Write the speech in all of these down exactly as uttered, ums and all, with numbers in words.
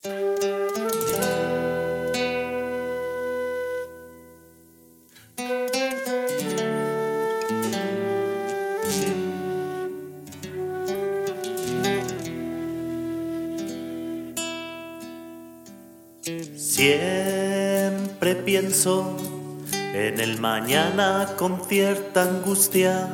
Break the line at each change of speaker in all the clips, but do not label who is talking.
Siempre pienso en el mañana con cierta angustia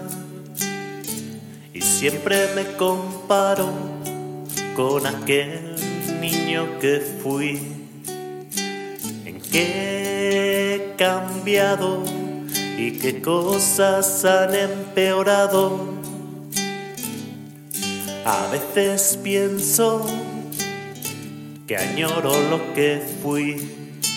y siempre me comparo con aquel niño que fui. ¿En qué he cambiado y qué cosas han empeorado? A veces pienso que añoro lo que fui.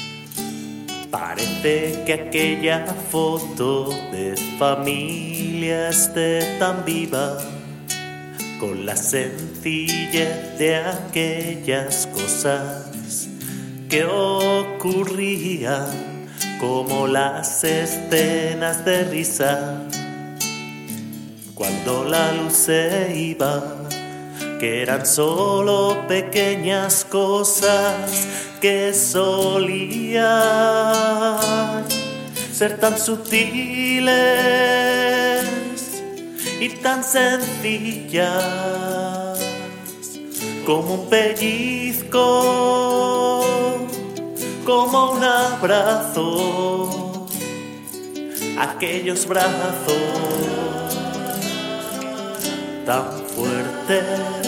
Parece que aquella foto de familia esté tan viva, con la sencillez de aquellas cosas que ocurrían, como las escenas de risa cuando la luz se iba, que eran solo pequeñas cosas que solían ser tan sutiles y tan sencillas, como un pellizco, como un abrazo, aquellos brazos tan fuertes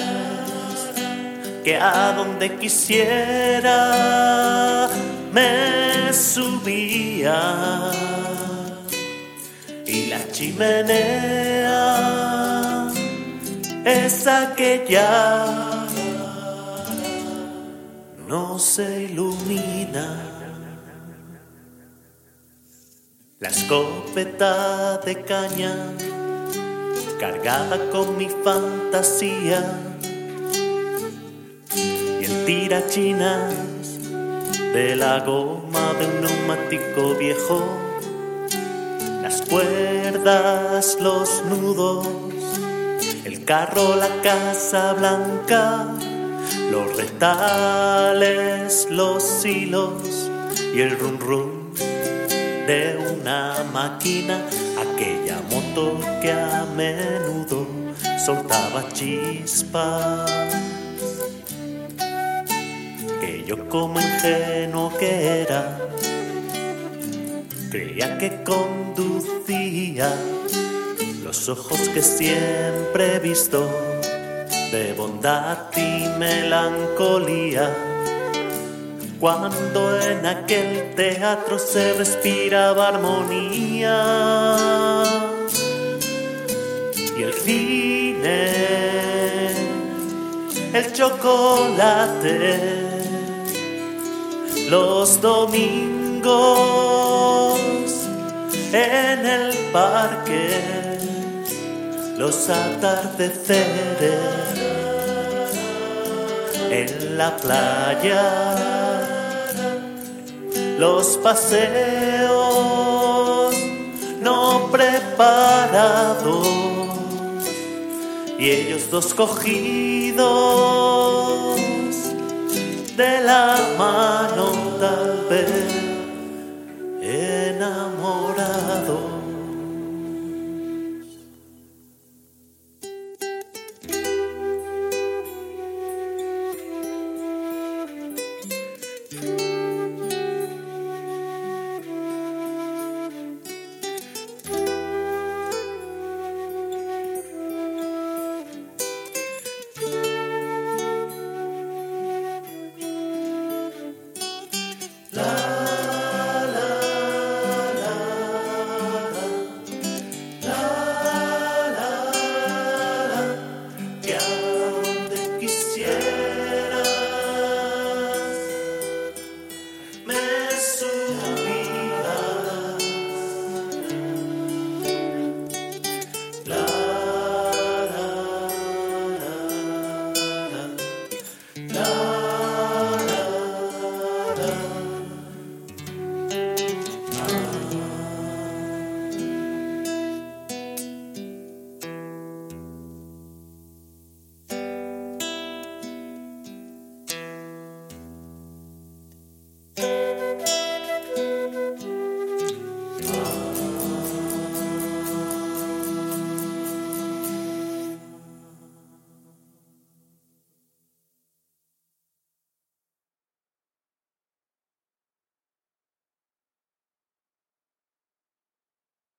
que a donde quisiera me subía, y la chimenea esa que ya no se ilumina. La escopeta de caña cargada con mi fantasía y el tirachinas de la goma de un neumático viejo, las cuerdas, los nudos, el carro, la casa blanca, los retales, los hilos y el rum rum de una máquina, aquella moto que a menudo soltaba chispas, que yo, como ingenuo que era, creía que conducía. Los ojos que siempre he visto de bondad y melancolía, cuando en aquel teatro se respiraba armonía, y el cine, el chocolate, los domingos en el parque, los atardeceres en la playa, los paseos no preparados y ellos dos cogidos de la mano tal vez.